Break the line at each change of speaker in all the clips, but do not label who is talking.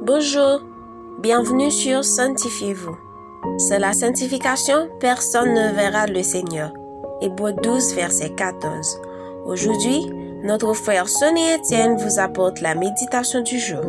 Bonjour, bienvenue sur Sanctifiez-vous. C'est la sanctification, personne ne verra le Seigneur. Hébreux 12, verset 14. Aujourd'hui, notre frère Sonny Etienne vous apporte la méditation du jour.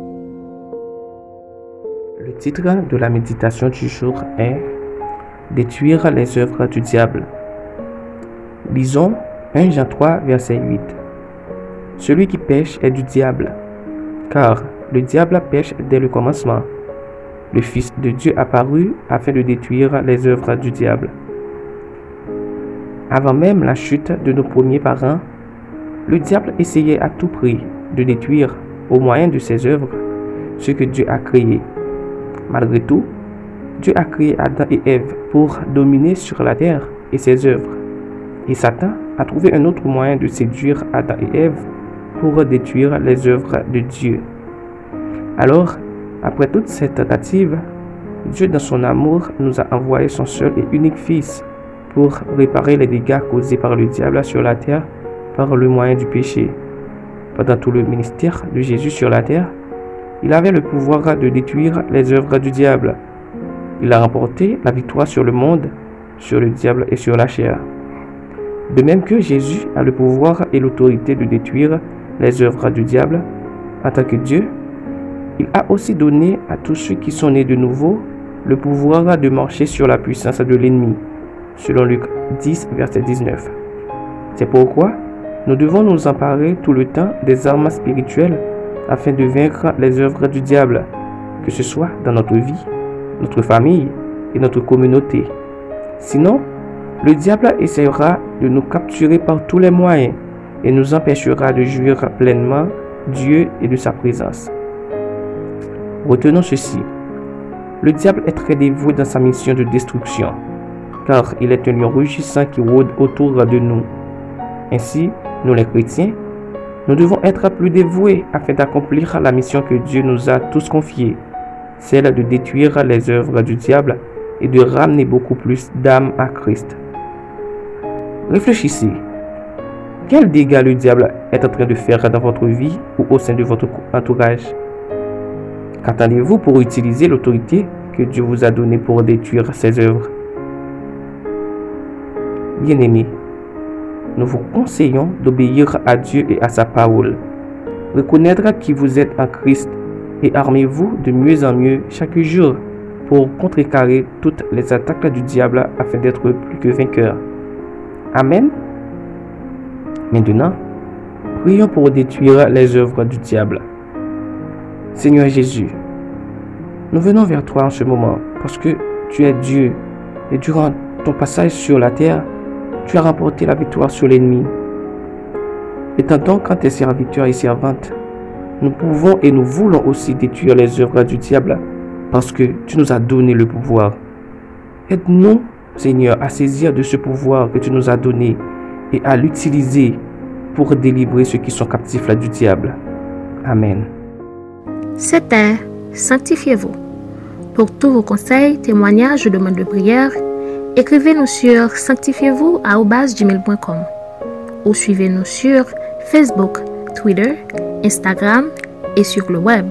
Le titre de la méditation du jour est « Détruire les œuvres du diable ». Lisons 1 Jean 3, verset 8. « Celui qui pêche est du diable, car le diable pêche dès le commencement. Le Fils de Dieu apparut afin de détruire les œuvres du diable. » Avant même la chute de nos premiers parents, le diable essayait à tout prix de détruire, au moyen de ses œuvres, ce que Dieu a créé. Malgré tout, Dieu a créé Adam et Ève pour dominer sur la terre et ses œuvres. Et Satan a trouvé un autre moyen de séduire Adam et Ève pour détruire les œuvres de Dieu. Alors, après toute cette tentative, Dieu dans son amour nous a envoyé son seul et unique Fils pour réparer les dégâts causés par le diable sur la terre par le moyen du péché. Pendant tout le ministère de Jésus sur la terre, il avait le pouvoir de détruire les œuvres du diable. Il a remporté la victoire sur le monde, sur le diable et sur la chair. De même que Jésus a le pouvoir et l'autorité de détruire les œuvres du diable, en tant que Dieu, il a aussi donné à tous ceux qui sont nés de nouveau le pouvoir de marcher sur la puissance de l'ennemi, selon Luc 10, verset 19. C'est pourquoi nous devons nous emparer tout le temps des armes spirituelles afin de vaincre les œuvres du diable, que ce soit dans notre vie, notre famille et notre communauté. Sinon, le diable essaiera de nous capturer par tous les moyens et nous empêchera de jouir pleinement Dieu et de sa présence. Retenons ceci. Le diable est très dévoué dans sa mission de destruction, car il est un lion rugissant qui rôde autour de nous. Ainsi, nous les chrétiens, nous devons être plus dévoués afin d'accomplir la mission que Dieu nous a tous confiée, celle de détruire les œuvres du diable et de ramener beaucoup plus d'âmes à Christ. Réfléchissez. Quel dégât le diable est en train de faire dans votre vie ou au sein de votre entourage? Qu'attendez-vous pour utiliser l'autorité que Dieu vous a donnée pour détruire ses œuvres? Bien-aimés, nous vous conseillons d'obéir à Dieu et à sa parole. Reconnaître qui vous êtes en Christ et armez-vous de mieux en mieux chaque jour pour contrecarrer toutes les attaques du diable afin d'être plus que vainqueurs. Amen. Maintenant, prions pour détruire les œuvres du diable. Seigneur Jésus, nous venons vers toi en ce moment parce que tu es Dieu et durant ton passage sur la terre, tu as remporté la victoire sur l'ennemi. Étant donc quand tes serviteurs et servantes, nous pouvons et nous voulons aussi détruire les œuvres du diable parce que tu nous as donné le pouvoir. Aide-nous, Seigneur, à saisir de ce pouvoir que tu nous as donné et à l'utiliser pour délivrer ceux qui sont captifs du diable. Amen.
C'était Sanctifiez-vous. Pour tous vos conseils, témoignages ou demandes de prière, écrivez-nous sur sanctifiez-vous@gmail.com ou suivez-nous sur Facebook, Twitter, Instagram et sur le web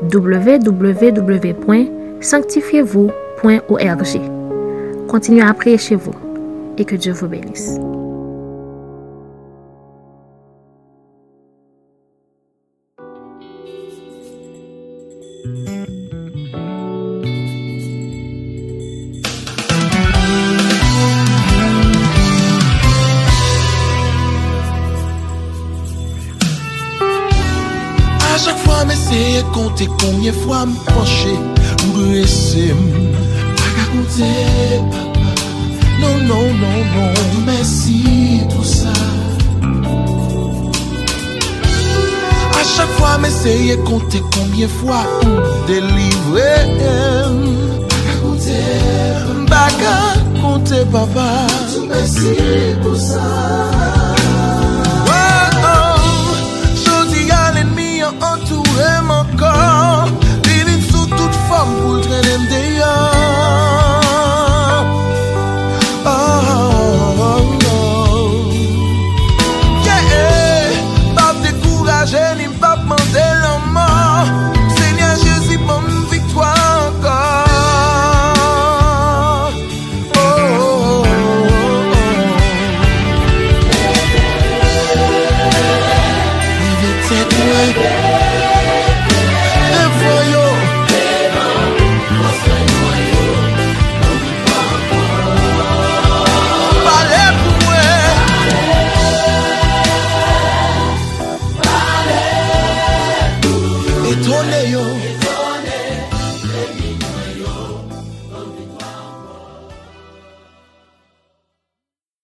www.sanctifiez-vous.org. Continuez à prier chez vous et que Dieu vous bénisse.
À chaque fois, m'essayer de compter combien de fois me pencher ou de laisser pas qu'à compter, papa. Non, non, non, non, merci tout ça. À chaque fois, m'essayer de compter combien de fois pour délivrer. Pas qu'à compter, papa. Merci tout ça.